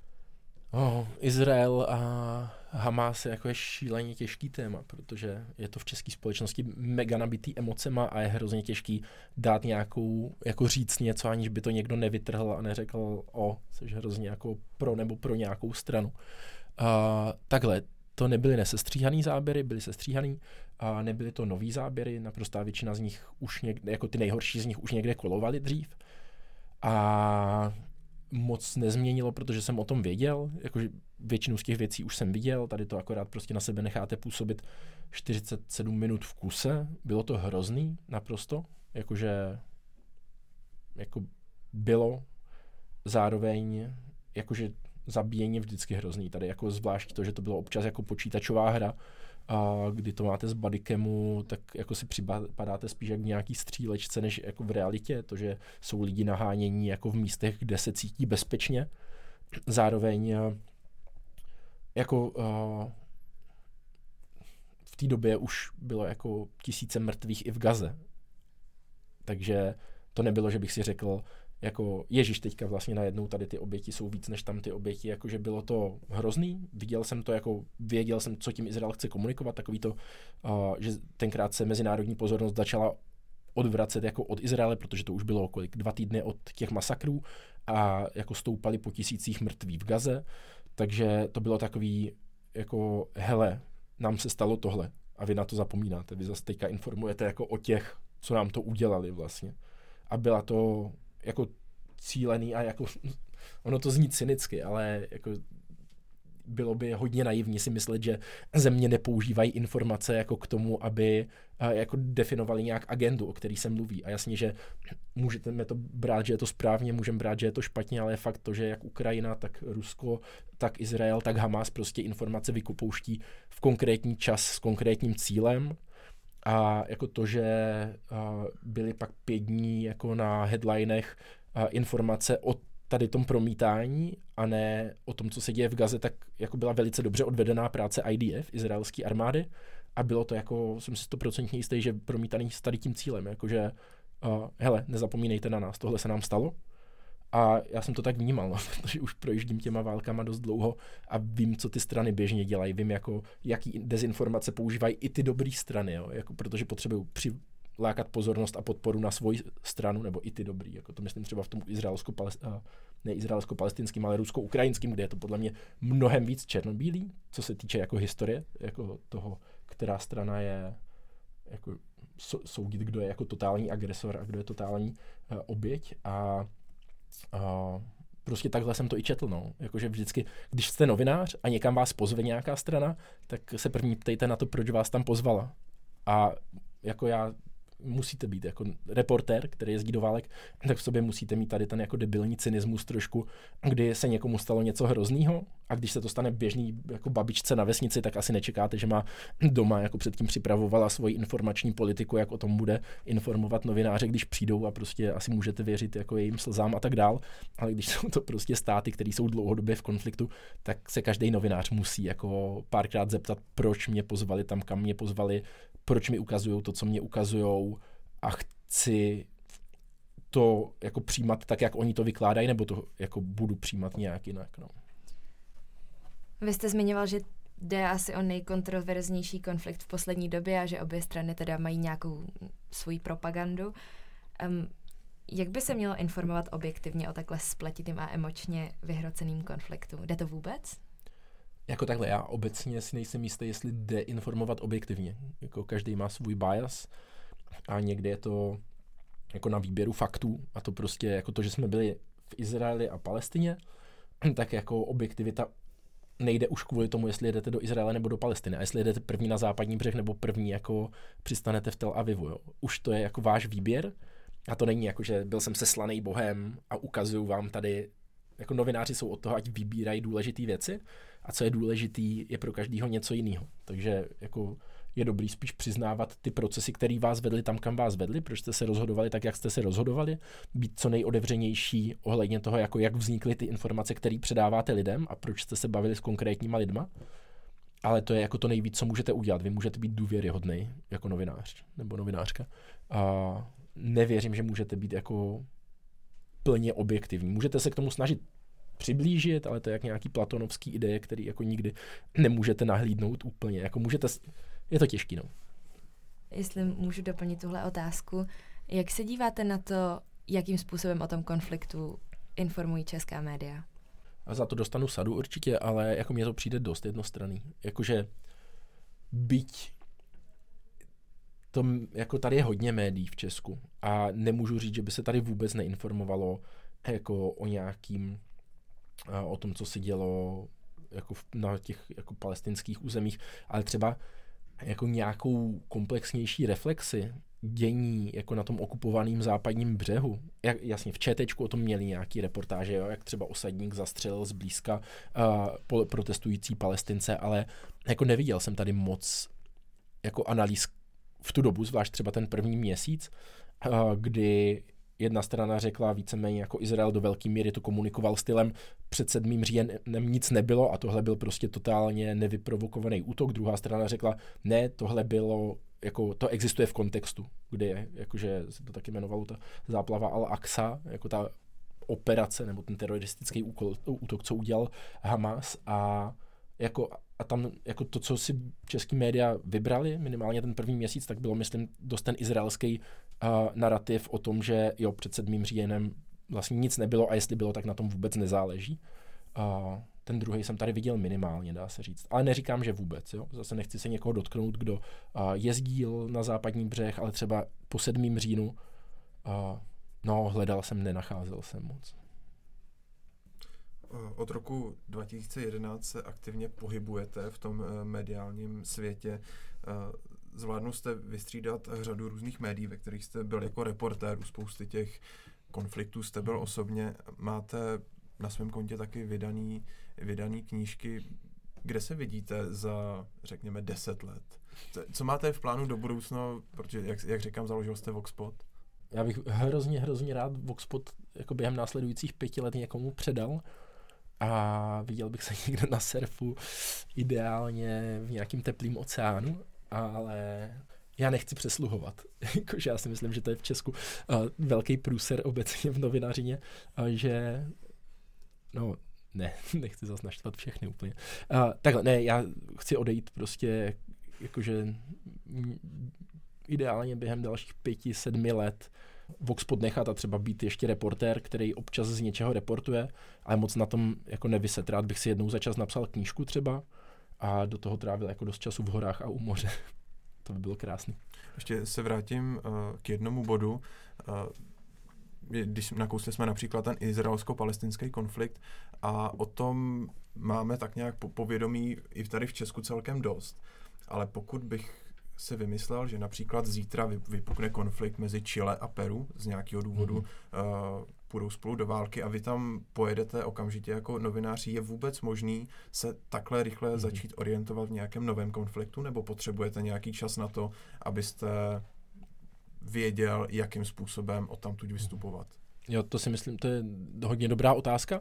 Izrael a Hamas je jako je šíleně těžký téma, protože je to v české společnosti mega nabitý emocema a je hrozně těžký dát nějakou, jako říct něco, aniž by to někdo nevytrhl a neřekl což hrozně jako pro nebo pro nějakou stranu. Takhle, to nebyly nesestříhaný záběry, byly sestříhaný a nebyly to nový záběry, naprostá většina z nich už někde, jako ty nejhorší z nich už někde kolovaly dřív. A moc nezměnilo, protože jsem o tom věděl, jakože většinu z těch věcí už jsem viděl, tady to akorát prostě na sebe necháte působit 47 minut v kuse, bylo to hrozný naprosto, jakože jako bylo zároveň, jakože zabíjení vždycky hrozný, tady jako zvlášť to, že to bylo občas jako počítačová hra a kdy to máte z bodycamu, tak jako si připadáte spíš jak v nějaký střílečce, než jako v realitě, to, že jsou lidi nahánění jako v místech, kde se cítí bezpečně. Zároveň jako v té době už bylo jako 1000 mrtvých i v Gaze. Takže to nebylo, že bych si řekl, jako Ježíš teďka vlastně najednou tady ty oběti jsou víc než tam ty oběti, jakože bylo to hrozný, viděl jsem to, jako věděl jsem, co tím Izrael chce komunikovat, takový to, že tenkrát se mezinárodní pozornost začala odvracet jako od Izraele, protože to už bylo 2 týdny od těch masakrů a jako stoupali po 1000 mrtvých v Gaze, takže to bylo takový jako hele, nám se stalo tohle a vy na to zapomínáte, vy zase teďka informujete jako o těch, co nám to udělali vlastně. A byla to jako cílený a jako, ono to zní cynicky, ale jako bylo by hodně naivní si myslet, že země nepoužívají informace jako k tomu, aby jako definovali nějak agendu, o který se mluví. A jasně, že můžeme to brát, že je to správně, můžeme brát, že je to špatně, ale je fakt to, že jak Ukrajina, tak Rusko, tak Izrael, tak Hamas prostě informace vykupouští v konkrétní čas s konkrétním cílem. A jako to, že byly pak 5 dní jako na headlinech informace o tady tom promítání a ne o tom, co se děje v Gaze, tak jako byla velice dobře odvedená práce IDF, izraelské armády, a bylo to jako, jsem si 100% jistý, že promítaný s tady tím cílem, jakože hele, nezapomínejte na nás, tohle se nám stalo. A já jsem to tak vnímal, no, protože už projíždím těma válkama dost dlouho a vím, co ty strany běžně dělají, vím, jako, jaký dezinformace používají i ty dobré strany, jo, jako, protože potřebují přilákat pozornost a podporu na svoji stranu, nebo i ty dobrý, jako to myslím třeba v tom izraelsko-palestinským, ale rusko-ukrajinským, kde je to podle mě mnohem víc černobílý, co se týče jako historie, jako toho, která strana je jako soudit, kdo je jako totální agresor a kdo je totální oběť a prostě takhle jsem to i četl, no. Jakože vždycky, když jste novinář a někam vás pozve nějaká strana, tak se první ptejte na to, proč vás tam pozvala. A jako musíte být jako reportér, který jezdí do válek, tak v sobě musíte mít tady ten jako debilní cynismus trošku, kdy se někomu stalo něco hroznýho a když se to stane běžný jako babičce na vesnici, tak asi nečekáte, že má doma jako předtím připravovala svoji informační politiku, jak o tom bude informovat novináře, když přijdou a prostě asi můžete věřit jako jejím slzám a tak dál, ale když jsou to prostě státy, které jsou dlouhodobě v konfliktu, tak se každý novinář musí jako párkrát zeptat, proč mě pozvali tam, kam mě pozvali, proč mi ukazujou to, co mě ukazujou a chci to jako přijímat tak, jak oni to vykládají, nebo to jako budu přijímat nějak jinak. No. Vy jste zmiňoval, že jde asi o nejkontroverznější konflikt v poslední době a že obě strany teda mají nějakou svoji propagandu. Jak by se mělo informovat objektivně o takhle spletitým a emočně vyhroceným konfliktu? Jde to vůbec? Jako takhle, já obecně si nejsem jistý, jestli jde informovat objektivně. Jako každý má svůj bias a někde je to jako na výběru faktů a to prostě jako to, že jsme byli v Izraeli a Palestině, tak jako objektivita nejde už kvůli tomu, jestli jedete do Izraele nebo do Palestiny a jestli jedete první na západní břeh nebo první jako přistanete v Tel Avivu. Jo. Už to je jako váš výběr a to není jako, že byl jsem seslaný Bohem a ukazuju vám tady, jako novináři jsou od toho, ať vybírají důležité věci a co je důležitý, je pro každého něco jiného. Takže jako je dobrý spíš přiznávat ty procesy, které vás vedly tam, kam vás vedly, proč jste se rozhodovali tak, jak jste se rozhodovali, být co nejotevřenější ohledně toho, jako jak vznikly ty informace, které předáváte lidem a proč jste se bavili s konkrétníma lidma. Ale to je jako to nejvíc, co můžete udělat. Vy můžete být důvěryhodný jako novinář nebo novinářka. A nevěřím, že můžete být jako plně objektivní. Můžete se k tomu snažit přiblížit, ale to je jak nějaký platonovský ideje, který jako nikdy nemůžete nahlídnout úplně. Jako je to těžký, no. Jestli můžu doplnit tuhle otázku, jak se díváte na to, jakým způsobem o tom konfliktu informují česká média? A za to dostanu sadu určitě, ale jako mně to přijde dost jednostranný. Jakože byť to, jako tady je hodně médií v Česku a nemůžu říct, že by se tady vůbec neinformovalo jako o tom, co se dělo jako na těch jako palestinských územích, ale třeba jako nějakou komplexnější reflexi dění jako na tom okupovaném západním břehu. Jasně, v ČTčku o tom měli nějaký reportáže, jo, jak třeba osadník zastřelil zblízka protestující Palestince, ale jako neviděl jsem tady moc jako analýz v tu dobu, zvlášť třeba ten první měsíc, kdy jedna strana řekla víceméně jako Izrael do velké míry to komunikoval stylem před 7. říjenem nic nebylo a tohle byl prostě totálně nevyprovokovaný útok. Druhá strana řekla ne, tohle bylo, jako to existuje v kontextu, kdy je, jakože se to taky jmenovalo ta záplava Al-Aqsa, jako ta operace nebo ten teroristický útok, co udělal Hamas a tam jako to, co si český média vybrali, minimálně ten první měsíc, tak bylo, myslím, dost ten izraelský narrativ o tom, že jo, před 7. říjenem vlastně nic nebylo a jestli bylo, tak na tom vůbec nezáleží. Ten druhý jsem tady viděl minimálně, dá se říct. Ale neříkám, že vůbec. Jo? Zase nechci se někoho dotknout, kdo jezdil na západní břeh, ale třeba po 7. říjnu hledal jsem, nenacházel jsem moc. Od roku 2011 se aktivně pohybujete v tom mediálním světě. Zvládnul jste vystřídat řadu různých médií, ve kterých jste byl jako reportér, u spousty těch konfliktů jste byl osobně. Máte na svém kontě taky vydaný knížky. Kde se vidíte za, řekněme, 10 let? Co máte v plánu do budoucna? Protože, jak říkám, založil jste Voxpod? Já bych hrozně rád Voxpod jako během následujících 5 let někomu předal a viděl bych se někde na surfu, ideálně v nějakým teplým oceánu, ale já nechci přesluhovat. Jakože já si myslím, že to je v Česku velký průser obecně v novinařině, že nechci zase naštvat všechny úplně. Takhle, ne, já chci odejít prostě jakože ideálně během dalších 5-7 let Voxpod nechat a třeba být ještě reportér, který občas z něčeho reportuje, ale moc na tom jako nevyset. Rád bych si jednou za čas napsal knížku třeba a do toho trávil jako dost času v horách a u moře. To by bylo krásný. Ještě se vrátím k jednomu bodu. Když nakousli jsme například ten izraelsko-palestinský konflikt a o tom máme tak nějak povědomí i tady v Česku celkem dost. Ale pokud bych si vymyslel, že například zítra vypukne konflikt mezi Chile a Peru z nějakého důvodu, půjdou spolu do války a vy tam pojedete okamžitě jako novináři, je vůbec možný se takhle rychle začít orientovat v nějakém novém konfliktu, nebo potřebujete nějaký čas na to, abyste věděl, jakým způsobem odtamtud vystupovat? Jo, to si myslím, to je hodně dobrá otázka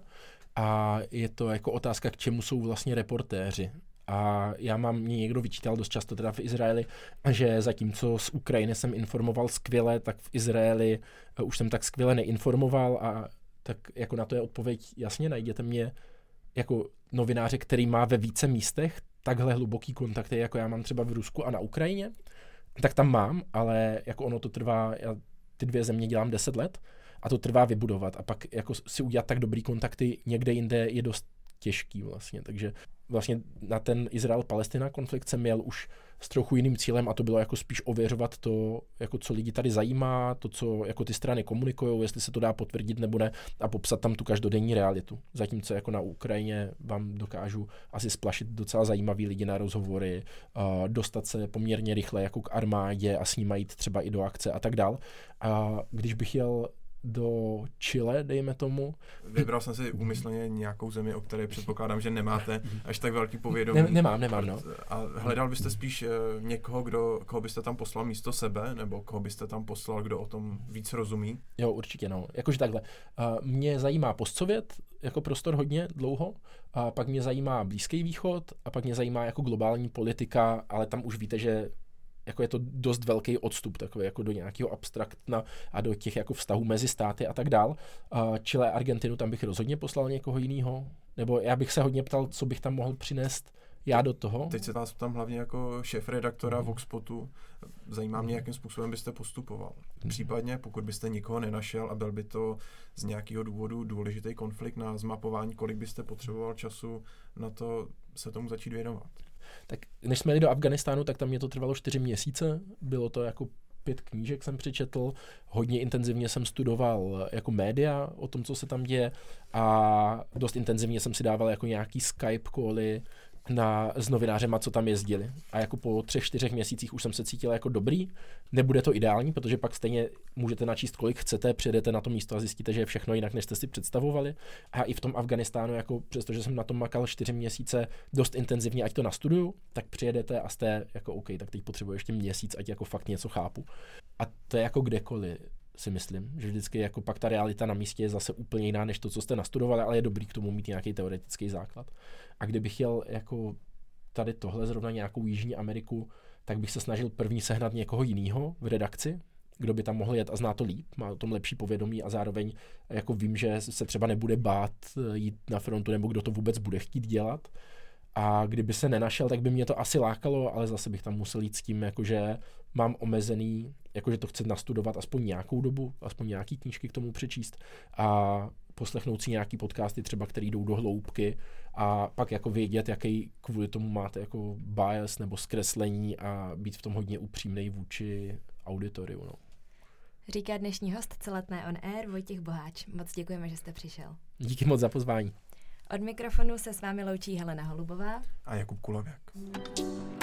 a je to jako otázka, k čemu jsou vlastně reportéři. A mě někdo vyčítal dost často teda v Izraeli, že zatímco z Ukrajiny jsem informoval skvěle, tak v Izraeli už jsem tak skvěle neinformoval a tak jako na to je odpověď jasně, najděte mě jako novináře, který má ve více místech takhle hluboký kontakty, jako já mám třeba v Rusku a na Ukrajině, tak tam mám, ale jako ono to trvá, já ty 2 země dělám 10 let a to trvá vybudovat a pak jako si udělat tak dobrý kontakty někde jinde je dost těžký vlastně, takže vlastně na ten Izrael-Palestina konflikt jsem měl už s trochu jiným cílem a to bylo jako spíš ověřovat to, jako co lidi tady zajímá, to, co jako ty strany komunikujou, jestli se to dá potvrdit nebo ne a popsat tam tu každodenní realitu. Zatímco jako na Ukrajině vám dokážu asi splašit docela zajímavý lidi na rozhovory, dostat se poměrně rychle jako k armádě a s nimi jít třeba i do akce a tak dál. A když bych jel do Chile, dejme tomu. Vybral jsem si úmyslně nějakou zemi, o které předpokládám, že nemáte až tak velký povědomí. Nemám, no. A hledal byste spíš někoho, koho byste tam poslal místo sebe, nebo koho byste tam poslal, kdo o tom víc rozumí? Jo, určitě, no. Jakože takhle. Mě zajímá postsovět jako prostor hodně dlouho, a pak mě zajímá Blízký východ a pak mě zajímá jako globální politika, ale tam už víte, že jako je to dost velký odstup takový jako do nějakého abstraktna a do těch jako vztahů mezi státy a tak dál. Chile, Argentinu, tam bych rozhodně poslal někoho jiného. Nebo já bych se hodně ptal, co bych tam mohl přinést já do toho. Teď se vás ptám hlavně jako šéfredaktora Voxpodu. Zajímá mě, jakým způsobem byste postupoval. Případně, pokud byste nikoho nenašel a byl by to z nějakého důvodu důležitý konflikt na zmapování, kolik byste potřeboval času na to se tomu začít věnovat? Tak než jsme jeli do Afghánistánu, tak tam mě to trvalo 4 měsíce. Bylo to jako 5 knížek jsem přečetl, hodně intenzivně jsem studoval jako média o tom, co se tam děje a dost intenzivně jsem si dával jako nějaký Skype cally, s novinářema, co tam jezdili. A jako po 3-4 měsících už jsem se cítil jako dobrý. Nebude to ideální, protože pak stejně můžete načíst, kolik chcete, přijedete na to místo a zjistíte, že je všechno jinak, než jste si představovali. A i v tom Afghánistánu, jako přestože jsem na tom makal 4 měsíce dost intenzivně, ať to nastuduju, tak přijedete a jste jako OK, tak teď potřebuji ještě měsíc, ať jako fakt něco chápu. A to je jako kdekoliv, si myslím, že vždycky jako pak ta realita na místě je zase úplně jiná než to, co jste nastudovali, ale je dobrý k tomu mít nějaký teoretický základ. A kdybych jel jako tady tohle zrovna nějakou Jižní Ameriku, tak bych se snažil první sehnat někoho jiného v redakci, kdo by tam mohl jet a zná to líp, má o tom lepší povědomí a zároveň jako vím, že se třeba nebude bát jít na frontu nebo kdo to vůbec bude chtít dělat. A kdyby se nenašel, tak by mě to asi lákalo, ale zase bych tam musel jít s tím, jakože mám omezený, jakože to chci nastudovat aspoň nějakou dobu, aspoň nějaký knížky k tomu přečíst a poslechnout si nějaký podcasty třeba, který jdou do hloubky a pak jako vědět, jaký kvůli tomu máte jako bias nebo zkreslení a být v tom hodně upřímnej vůči auditoriu. No. Říká dnešní host Celetné on Air Vojtěch Boháč. Moc děkujeme, že jste přišel. Díky moc za pozvání. Od mikrofonu se s vámi loučí Helena Holubová a Jakub Kulověk.